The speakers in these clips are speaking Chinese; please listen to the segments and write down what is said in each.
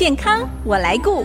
健康我来顾。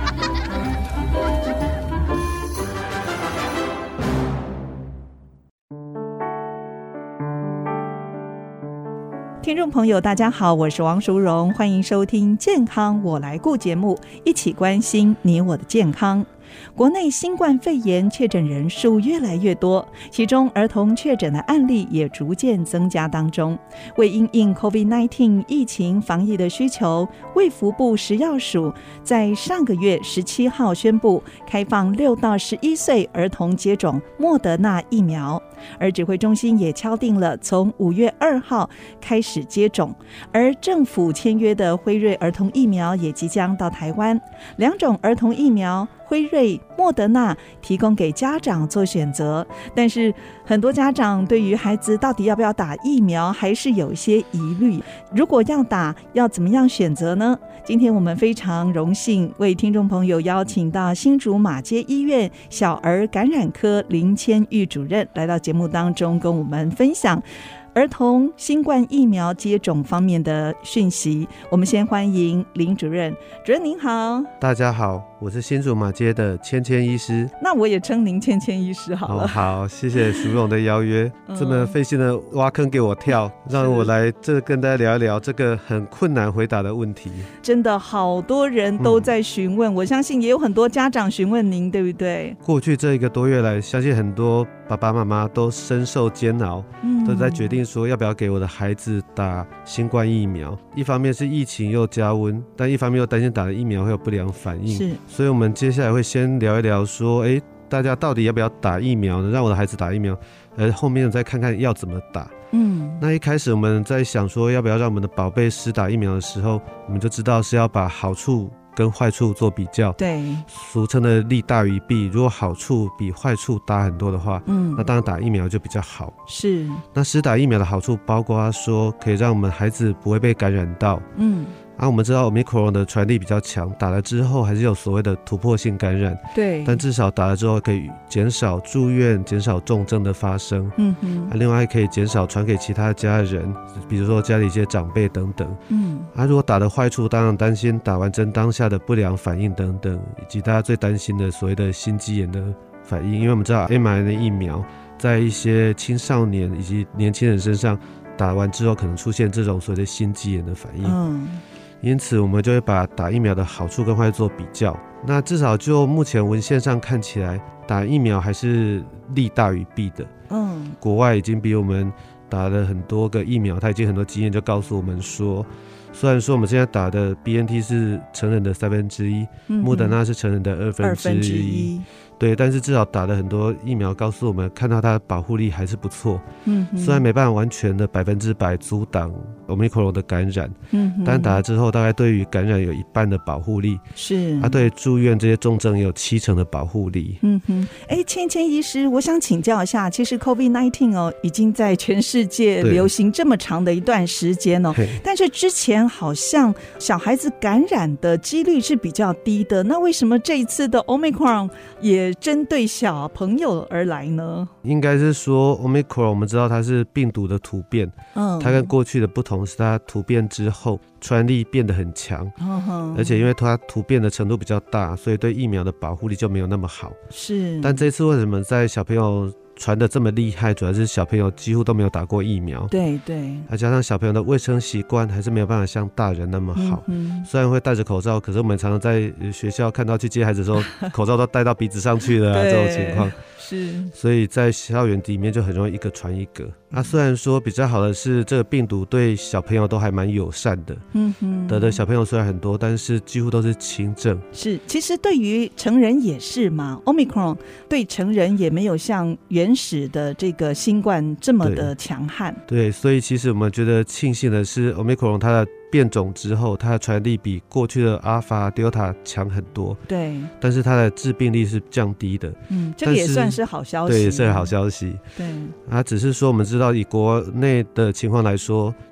听众朋友大家好，我是王淑荣，欢迎收听健康我来顾节目，一起关心你我的健康。国内新冠肺炎确诊人数越来越多，其中儿童确诊的案例也逐渐增加当中。为因应 COVID-19 疫情防疫的需求，卫福部食药署在上个月17号宣布开放6到11岁儿童接种莫德纳疫苗，而指挥中心也敲定了从5月2号开始接种，而政府签约的辉瑞儿童疫苗也即将到台湾。2种儿童疫苗辉瑞、莫德纳提供给家长做选择，但是很多家长对于孩子到底要不要打疫苗还是有一些疑虑。如果要打，要怎么样选择呢？今天我们非常荣幸为听众朋友邀请到新竹马偕医院小儿感染科林千玉主任来到节目当中，跟我们分享儿童新冠疫苗接种方面的讯息。我们先欢迎林主任。主任您好。 大家好，我是新竹马偕的千千医师。 那我也称您千千医师好了。 好，谢谢淑荣的邀约，这么费心的挖坑给我跳，让我来这跟大家聊一聊这个很困难回答的问题。 真的好多人都在询问，我相信也有很多家长询问您，对不对？ 过去这1个多月来，相信很多爸爸妈妈都深受煎熬，都在决定说要不要给我的孩子打新冠疫苗。一方面是疫情又加温，但一方面又担心打了疫苗会有不良反应， 是， 所以我们接下来会先聊一聊说，大家到底要不要打疫苗呢？让我的孩子打疫苗，后面再看看要怎么打。那一开始我们在想说要不要让我们的宝贝施打疫苗的时候，我们就知道是要把好处跟坏处做比较， 对， 俗称的利大于弊。如果好处比坏处大很多的话，那当然打疫苗就比较好。 是， 那施打疫苗的好处包括说可以让我们孩子不会被感染到，我们知道 Omicron 的传递比较强，打了之后还是有所谓的突破性感染， 对， 但至少打了之后可以减少住院，减少重症的发生，另外还可以减少传给其他家人，比如说家里一些长辈等等，如果打的坏处，当然担心打完针当下的不良反应等等，以及大家最担心的所谓的心肌炎的反应，因为我们知道 mRNA 疫苗在一些青少年以及年轻人身上打完之后可能出现这种所谓的心肌炎的反应，因此我们就会把打疫苗的好处跟坏处做比较。那至少就目前文献上看起来，打疫苗还是利大于弊的。国外已经比我们打了很多个疫苗，他已经很多经验就告诉我们说，虽然说我们现在打的 BNT 是成人的1/3，莫德纳是成人的1/2，对，但是至少打了很多疫苗告诉我们，看到它的保护力还是不错。虽然没办法完全的100%阻挡 Omicron 的感染，但打了之后大概对于感染有1半的保护力， 是， 对住院这些重症也有70%的保护力。 千千医师，我想请教一下，其实 COVID-19 已经在全世界流行这么长的一段时间但是之前好像小孩子感染的几率是比较低的，那为什么这一次的 Omicron 也针对小朋友而来呢？ 应该是说 Omicron 我们知道它是病毒的突变，它跟过去的不同是它突变之后传力变得很强，而且因为它突变的程度比较大，所以对疫苗的保护力就没有那么好。 是， 但这次为什么在小朋友传得这么厉害，主要是小朋友几乎都没有打过疫苗， 对， 加上小朋友的卫生习惯还是没有办法像大人那么好，虽然会戴着口罩，可是我们常常在学校看到去接孩子的时候口罩都戴到鼻子上去了这种情况，是，所以在校园里面就很容易一个传一个。虽然说比较好的是这个病毒对小朋友都还蛮友善的，得的小朋友虽然很多，但是几乎都是轻症。 是，其实对于成人也是嘛， Omicron 对成人也没有像原始的这个新冠这么的强悍。对， 所以其实我们觉得庆幸的是 Omicron 它的变种之后，它的传染力比过去的 Alpha、Delta 强很多， 对， 但是它的致病力是降低的， 这个也算是好消息， 对，也是好消息， 对， 只是说我们知道以国内的情况来说，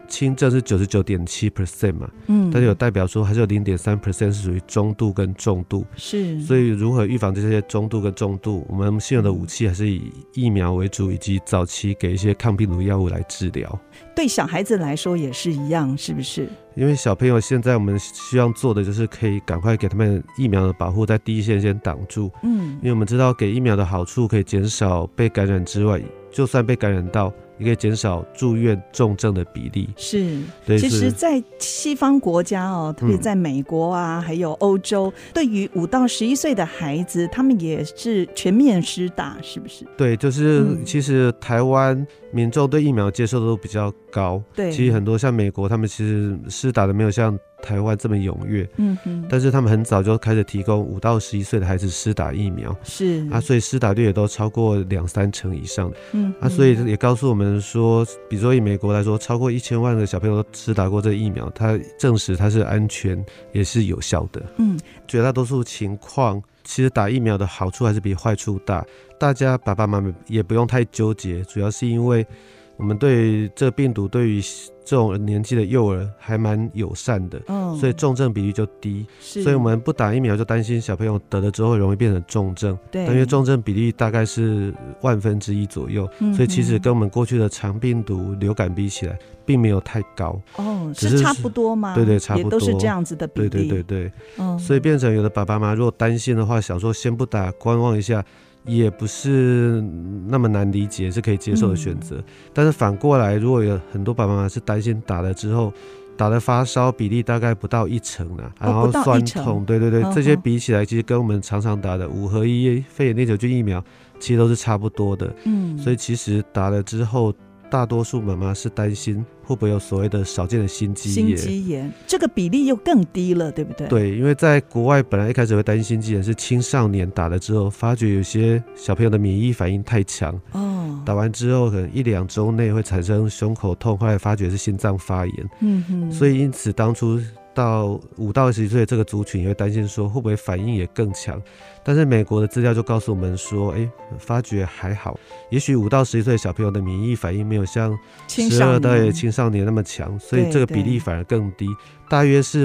轻症是 99.7% 嘛，但是有代表说还是有 0.3% 是属于中度跟重度， 是， 所以如何预防这些中度跟重度，我们现有的武器还是以疫苗为主，以及早期给一些抗病毒药物来治疗。 对小孩子来说也是一样，是不是？ 因为小朋友现在我们希望做的就是可以赶快给他们疫苗的保护在第一线先挡住，因为我们知道给疫苗的好处可以减少被感染之外，就算被感染到也可以减少住院重症的比例。 是，其实在西方国家特别在美国啊还有欧洲，对于5到11岁的孩子他们也是全面施打，是不是？ 对，就是其实台湾民众对疫苗接受度都比较高，对，其实很多像美国他们其实施打的没有像台湾这么踊跃，但是他们很早就开始提供5到11岁的孩子施打疫苗，是啊，所以施打率也都超过2-3成以上的，所以也告诉我们说，比如说以美国来说，超过1000万个小朋友都施打过这个疫苗，它证实它是安全也是有效的。绝大多数情况其实打疫苗的好处还是比坏处大，大家爸爸妈妈也不用太纠结，主要是因为我们对这个病毒对于这种年纪的幼儿还蛮友善的，所以重症比例就低，所以我们不打疫苗就担心小朋友得了之后容易变成重症，但因为重症比例大概是1/1000左右，所以其实跟我们过去的肠病毒流感比起来并没有太高， 是差不多吗？ 对，差不多， 也都是这样子的比例， 对，所以变成有的爸爸妈妈如果担心的话，想说先不打观望一下也不是那么难理解，是可以接受的选择，但是反过来如果有很多爸爸妈妈是担心打了之后打的发烧比例大概不到1%啦，然后酸痛，对，这些比起来其实跟我们常常打的5合1肺炎链球菌疫苗其实都是差不多的，所以其实打了之后大多数妈妈是担心会不会有所谓的少见的心肌炎， 这个比例又更低了，对不对？ 对，因为在国外本来一开始会担心心肌炎是青少年打了之后发觉有些小朋友的免疫反应太强，打完之后可能1-2周内会产生胸口痛，后来发觉是心脏发炎，所以因此当初到5到11岁这个族群也会担心说会不会反应也更强，但是美国的资料就告诉我们说发觉还好，也许5到11岁小朋友的免疫反应没有像12到青少年那么强，所以这个比例反而更低，大约是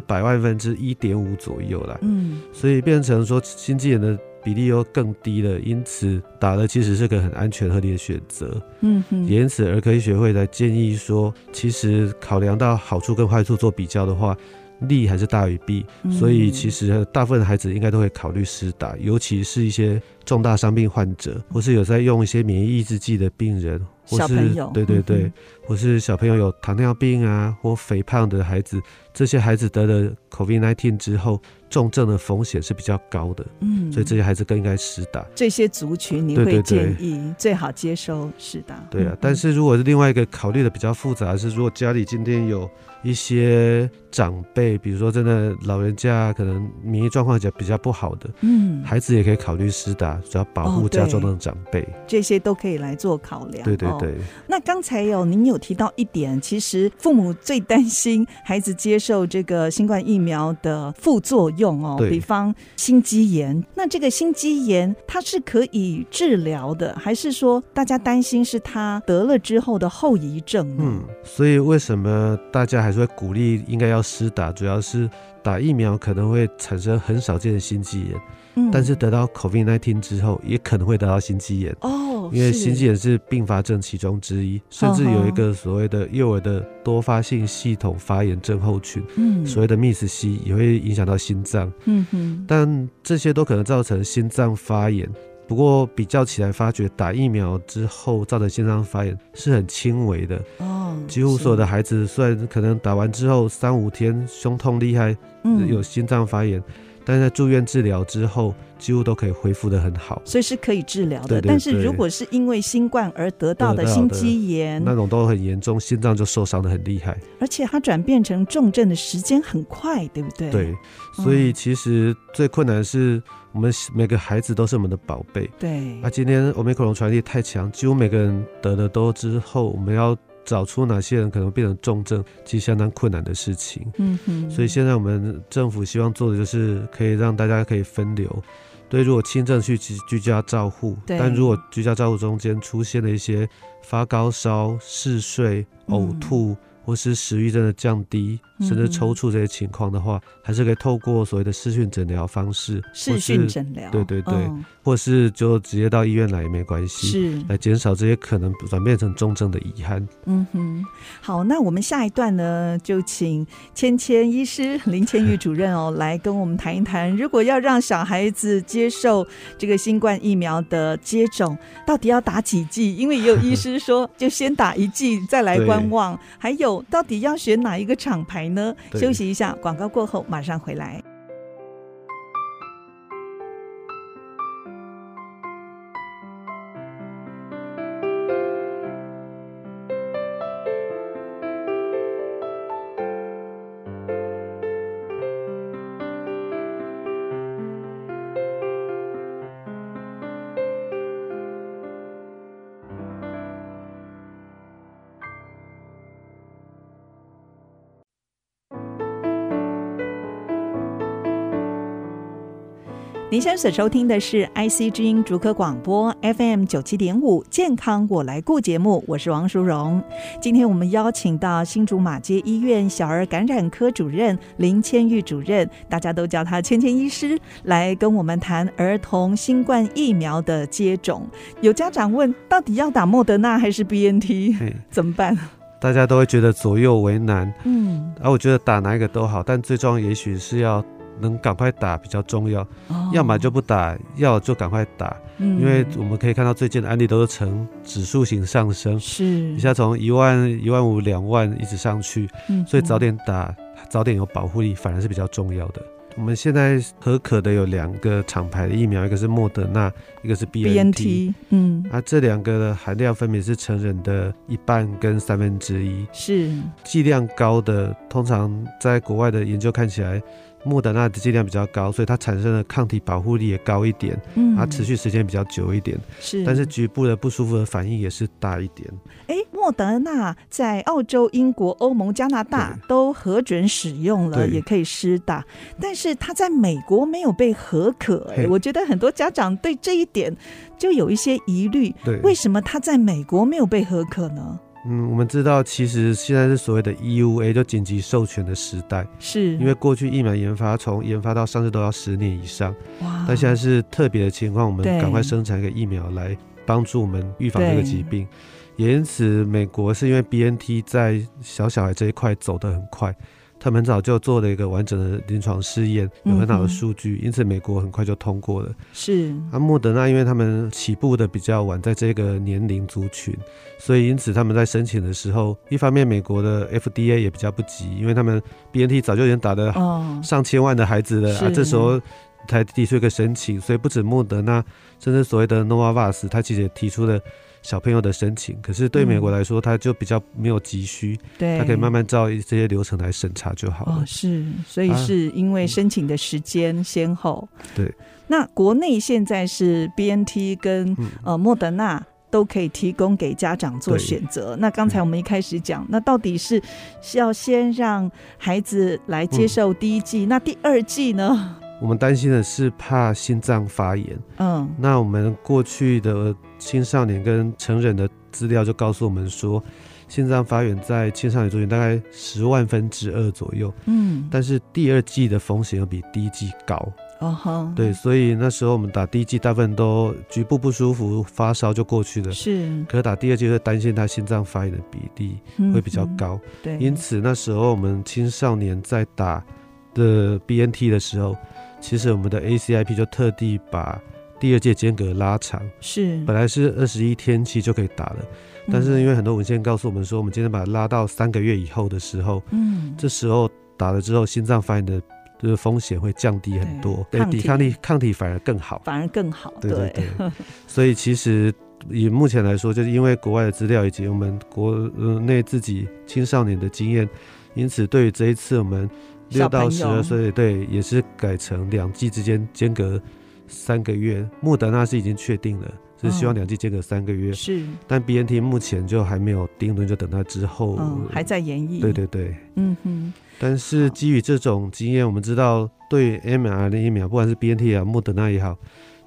1/1.5左右啦，所以变成说心肌炎的比例又更低了，因此打了其实是个很安全合理的选择，也因此儿科医学会才建议说，其实考量到好处跟坏处做比较的话，利还是大于弊，所以其实大部分的孩子应该都会考虑施打，尤其是一些重大伤病患者，或是有在用一些免疫抑制剂的病人，或是小朋友， 对，或是小朋友有糖尿病啊或肥胖的孩子，这些孩子得了 COVID-19 之后重症的风险是比较高的，所以这些孩子更应该施打。 这些族群你会建议最好接受施打？ 对啊，但是如果是另外一个考虑的比较复杂的是，如果家里今天有一些长辈，比如说真的老人家可能免疫状况比较不好的，孩子也可以考虑施打，主要保护家中的长辈， 这些都可以来做考量。 对， 那刚才您有提到一点，其实父母最担心孩子接受这个新冠疫苗的副作用比方心肌炎，那这个心肌炎它是可以治疗的，还是说大家担心是他得了之后的后遗症呢？ 所以为什么大家还是会鼓励应该要施打，主要是打疫苗可能会产生很少见的心肌炎，但是得到 COVID-19 之后也可能会得到心肌炎，因为心肌炎是并发症其中之一，甚至有一个所谓的幼儿的多发性系统发炎症候群，所谓的 MIS-C 也会影响到心脏，但这些都可能造成心脏发炎，不过比较起来发觉打疫苗之后造成心脏发炎是很轻微的，几乎所有的孩子虽然可能打完之后3-5天胸痛厉害，有心脏发炎，但是在住院治疗之后几乎都可以恢复得很好， 所以是可以治疗的。 对， 但是如果是因为新冠而得到的心肌炎那种都很严重，心脏就受伤得很厉害， 而且它转变成重症的时间很快，对不对？ 对，所以其实最困难的是我们每个孩子都是我们的宝贝， 对， 今天 Omicron 传力太强，几乎每个人得了都之后，我们要找出哪些人可能变成重症，其实相当困难的事情，所以现在我们政府希望做的就是可以让大家可以分流，对，如果轻症去居家照护，但如果居家照护中间出现了一些发高烧、嗜睡、呕吐， 或是食欲真的降低甚至抽搐这些情况的话，还是可以透过所谓的视讯诊疗方式， 视讯诊疗， 对对对，或是就直接到医院来也没关系， 是来减少这些可能转变成重症的遗憾。 好，那我们下一段呢，就请芊芊医师林芊玉主任来跟我们谈一谈，如果要让小孩子接受这个新冠疫苗的接种，到底要打几剂？因为也有医师说就先打1剂再来观望，还有到底要选哪一个厂牌呢？休息一下，广告过后马上回来。您现在所收听的是 IC 之音竹科广播 FM 97.5健康我来顾节目，我是王淑荣。今天我们邀请到新竹马偕医院小儿感染科主任林芊玉主任，大家都叫他芊芊医师，来跟我们谈儿童新冠疫苗的接种。有家长问，到底要打莫德纳还是 BNT 怎么办？ 大家都会觉得左右为难，我觉得打哪一个都好，但最重要也许是要能赶快打比较重要，要么就不打，要就赶快打，因为我们可以看到最近的案例都是呈指数型上升，是一下从1万、1万5、2万一直上去，所以早点打，早点有保护力，反而是比较重要的。我们现在核可的有2个厂牌的疫苗，一个是莫德纳，一个是 BNT。这2个的含量分别是成人的1半跟1/3，是剂量高的，通常在国外的研究看起来，莫德纳的剂量比较高，所以它产生的抗体保护力也高一点，它持续时间比较久一点，但是局部的不舒服的反应也是大一点。 莫德纳在澳洲、英国、欧盟、加拿大都核准使用了，也可以施打，但是它在美国没有被核可。我觉得很多家长对这一点就有一些疑虑，为什么它在美国没有被核可呢？ 我们知道其实现在是所谓的 EUA 就紧急授权的时代，是因为过去疫苗研发从研发到上市都要10年以上，但现在是特别的情况，我们赶快生产一个疫苗来帮助我们预防这个疾病。也因此美国是因为 BNT 在小孩这一块走得很快，他们很早就做了一个完整的临床试验，有很好的数据，因此美国很快就通过了。是莫德纳因为他们起步的比较晚，在这个年龄族群，所以因此他们在申请的时候，一方面美国的 FDA 也比较不急，因为他们 BNT 早就已经打得上千万的孩子了，这时候才提出一个申请，所以不止莫德纳，甚至所谓的 Novavax 他其实也提出了小朋友的申请，可是对美国来说，他就比较没有急需，他可以慢慢照这些流程来审查就好了。是，所以是因为申请的时间先后。对，那国内现在是 BNT 跟莫德纳都可以提供给家长做选择。那刚才我们一开始讲，那到底是要先让孩子来接受第1剂，那第2剂呢？我们担心的是怕心脏发炎。那我们过去的青少年跟成人的资料就告诉我们说，心脏发炎在青少年族群大概10万分之2左右。但是第2剂的风险要比第1剂高。对，所以那时候我们打第1剂大部分都局部不舒服发烧就过去了，是，可是打第2剂会担心他心脏发炎的比例会比较高。对，因此那时候我们青少年在打的 BNT 的时候，其实我们的 ACIP 就特地把第2剂间隔拉长，是本来是21天期就可以打了，但是因为很多文献告诉我们说，我们今天把它拉到3个月以后的时候，这时候打了之后心脏发炎的风险会降低很多，对，抵抗体反而更好，对，所以其实以目前来说，就是因为国外的资料以及我们国内自己青少年的经验，因此对于这一次我们6到12岁，对，也是改成2剂之间间隔3个月。莫德纳是已经确定了，是希望2剂间隔3个月，是，但 BNT 目前就还没有定论，就等它之后，还在研议。对对对，但是基于这种经验，我们知道对 mRNA 疫苗，不管是 BNT 也好，莫德纳也好，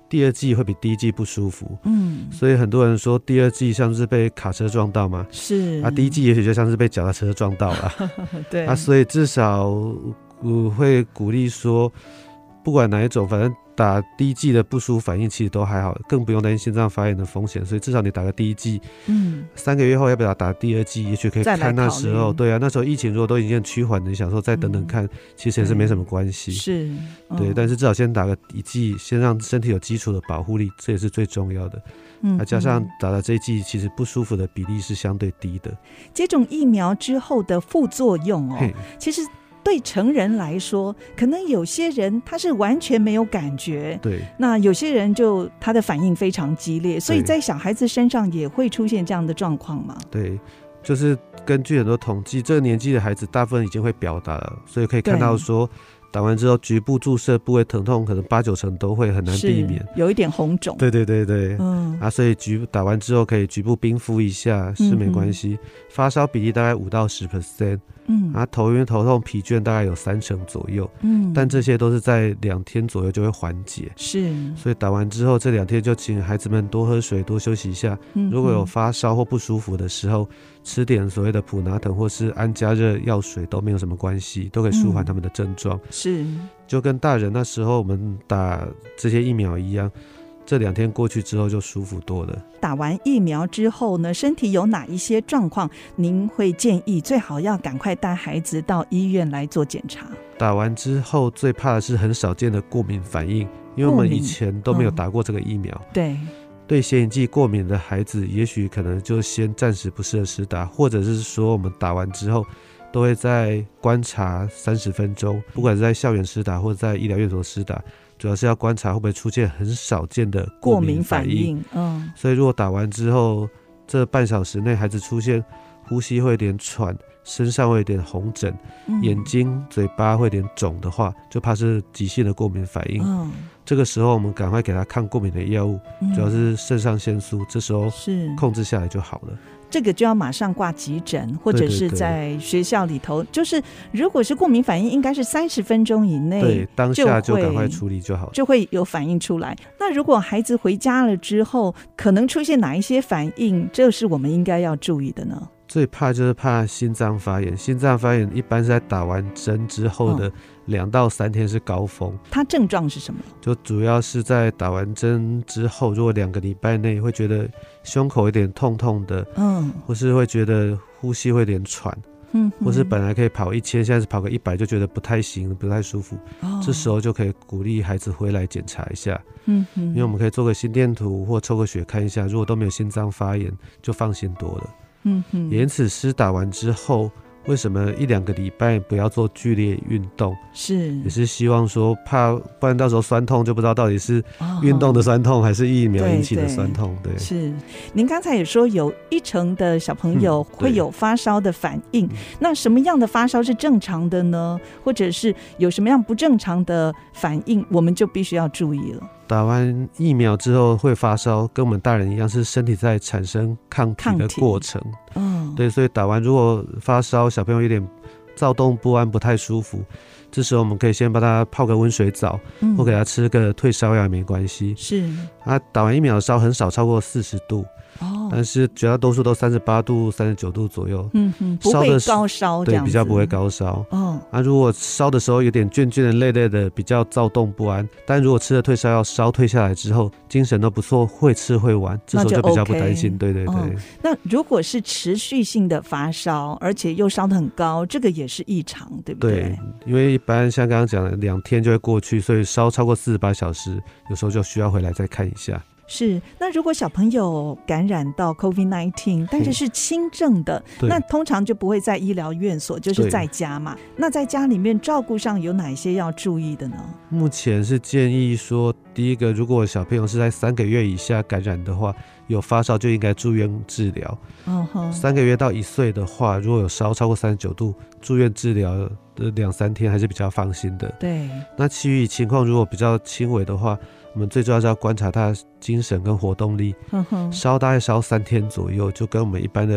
第二剂会比第一剂不舒服，所以很多人说第二剂像是被卡车撞到嘛， 是第一剂也许就像是被脚踏车撞到了对所以至少我会鼓励说，不管哪一种，反正打第一剂的不舒服反应其实都还好，更不用担心心脏发炎的风险，所以至少你打个第一剂，3个月后要不要打第二剂，也许可以看那时候，对啊，那时候疫情如果都已经趋缓，你想说再等等看，其实也是没什么关系， 是， 对，但是至少先打个一剂，先让身体有基础的保护力，这也是最重要的。加上打了这一剂，其实不舒服的比例是相对低的。 接种疫苗之后的副作用其实对成人来说，可能有些人他是完全没有感觉， 对， 那有些人就他的反应非常激烈，所以在小孩子身上也会出现这样的状况吗？ 对，就是根据很多统计，这个年纪的孩子大部分已经会表达了，所以可以看到说打完之后局部注射部位疼痛可能8-9成都会很难避免， 有一点红肿， 对对对对，所以打完之后可以局部冰敷一下是没关系，发烧比例大概5-10%，头晕头痛疲倦大概有3成左右，但这些都是在2天左右就会缓解， 是， 所以打完之后这2天就请孩子们多喝水多休息一下，如果有发烧或不舒服的时候，吃点所谓的普拿疼或是安加热药水都没有什么关系，都可以舒缓他们的症状， 是， 就跟大人那时候我们打这些疫苗一样，这2天过去之后就舒服多了。 打完疫苗之后呢，身体有哪一些状况您会建议最好要赶快带孩子到医院来做检查？ 打完之后最怕的是很少见的过敏反应，因为我们以前都没有打过这个疫苗，对显影剂过敏的孩子也许可能就先暂时不适合施打，或者是说我们打完之后都会再观察30分钟，不管是在校园施打或者在医疗院所施打，主要是要观察会不会出现很少见的过敏反应，所以如果打完之后这半小时内孩子出现呼吸会有点喘，身上会有点红疹，眼睛嘴巴会有点肿的话，就怕是急性的过敏反应，这个时候我们赶快给他抗过敏的药物，主要是肾上腺素，这时候控制下来就好了。 这个就要马上挂急诊，或者是在学校里头，就是如果是过敏反应应该是30分钟以内， 对，当下就赶快处理就好了， 就会有反应出来。那如果孩子回家了之后可能出现哪一些反应，这是我们应该要注意的呢？ 最怕就是怕心脏发炎，心脏发炎一般是在打完针之后的2到3天是高峰。 它症状是什么？ 就主要是在打完针之后，如果2个礼拜内会觉得胸口有点痛痛的，或是会觉得呼吸会有点喘，或是本来可以跑1000，现在是跑个100就觉得不太行，不太舒服，这时候就可以鼓励孩子回来检查一下，因为我们可以做个心电图或抽个血看一下，如果都没有心脏发炎就放心多了。也因此施打完之后为什么1-2个礼拜不要做剧烈运动，也是希望说怕不然到时候酸痛就不知道到底是运动的酸痛还是疫苗引起的酸痛。对， 是您刚才也说有1成的小朋友会有发烧的反应，那什么样的发烧是正常的呢？或者是有什么样不正常的反应我们就必须要注意了？ 打完疫苗之后会发烧，跟我们大人一样是身体在产生抗体的过程，对，所以打完如果发烧小朋友有点躁动不安不太舒服，这时候我们可以先帮他泡个温水澡，或给他吃个退烧药也没关系。 是他打完疫苗的烧很少超过40度，但是绝大多数都38度39度左右， 不会高烧， 对，比较不会高烧。如果烧的时候有点倦倦的累累的比较躁动不安，但如果吃了退烧药烧退下来之后精神都不错，会吃会玩，这时候就比较不担心。对对对。 那如果是持续性的发烧而且又烧得很高，这个也是异常，对不对？ 对，因为一般像刚刚讲的2天就会过去，所以烧超过48小时有时候就需要回来再看一下。 是，那如果小朋友感染到 COVID-19 但是是轻症的，那通常就不会在医疗院所，就是在家嘛。那在家里面照顾上有哪些要注意的呢？ 目前是建议说，第一个，如果小朋友是在3个月以下感染的话，有发烧就应该住院治疗。3个月到1岁的话，如果有烧超过39度，住院治疗的2-3天还是比较放心的。 对， 那其余情况如果比较轻微的话，我们最重要是要观察他的精神跟活动力，烧大概烧3天左右，就跟我们一般的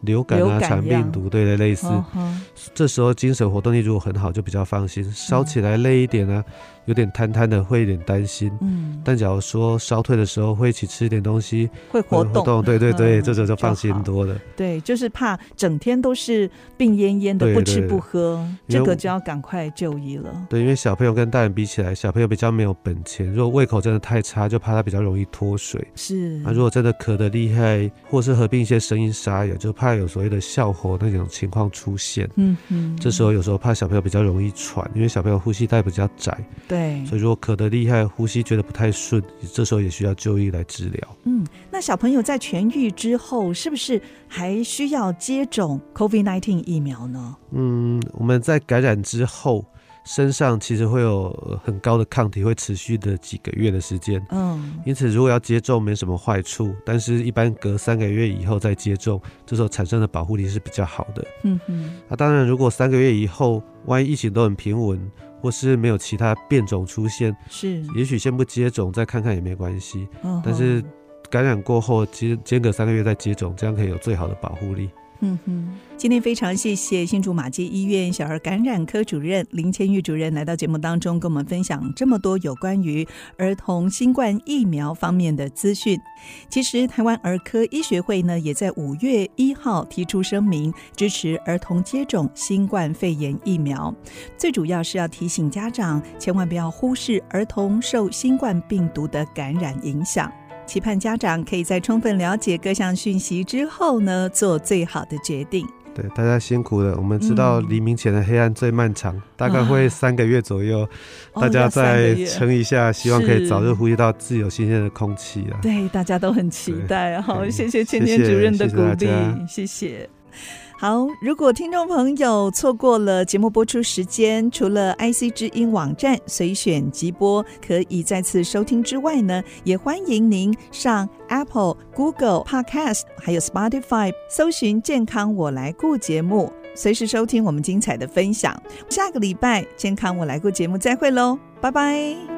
流感啊、肠病毒，对的，类似。这时候精神活动力如果很好，就比较放心。烧起来累一点啊，有点瘫瘫的，会有点担心。但假如说烧退的时候会一起吃一点东西， 会活动， 对对对，这时候就放心多了。 对，就是怕整天都是病恹恹的，不吃不喝，这个就要赶快就医了。 对，因为小朋友跟大人比起来，小朋友比较没有本钱，如果胃口真的太差，就怕他比较容易脱水。 是如果真的咳得厉害，或是合并一些声音沙哑，就怕有所谓的哮吼那种情况出现。这时候有时候怕小朋友比较容易喘，因为小朋友呼吸带比较窄。 对， 所以如果咳得厉害，呼吸觉得不太顺，这时候也需要就医来治疗。 那小朋友在痊愈之后，是不是还需要接种 COVID-19 疫苗呢？ 我们在感染之后，身上其实会有很高的抗体，会持续的几个月的时间。因此如果要接种没什么坏处，但是一般隔3个月以后再接种，这时候产生的保护力是比较好的。当然如果3个月以后，万一疫情都很平稳，或是没有其他变种出现， 是也许先不接种再看看也没关系。但是感染过后间隔3个月再接种，这样可以有最好的保护力。 今天非常谢谢新竹马偕医院小儿感染科主任林千玉主任来到节目当中，跟我们分享这么多有关于儿童新冠疫苗方面的资讯。其实台湾儿科医学会呢，也在5月1号提出声明，支持儿童接种新冠肺炎疫苗。最主要是要提醒家长，千万不要忽视儿童受新冠病毒的感染影响。期盼家长可以在充分了解各项讯息之后呢，做最好的决定。 对，大家辛苦了。我们知道黎明前的黑暗最漫长，大概会3个月左右，大家再撑一下，希望可以早日呼吸到自由新鲜的空气啊。 对，大家都很期待。好，谢谢千千主任的鼓励，谢谢。好，如果听众朋友错过了节目播出时间，除了 IC 之音网站随选即播可以再次收听之外呢，也欢迎您上 Apple、Google Podcast 还有 Spotify 搜寻健康我来顾节目，随时收听我们精彩的分享。下个礼拜健康我来顾节目再会咯，拜拜。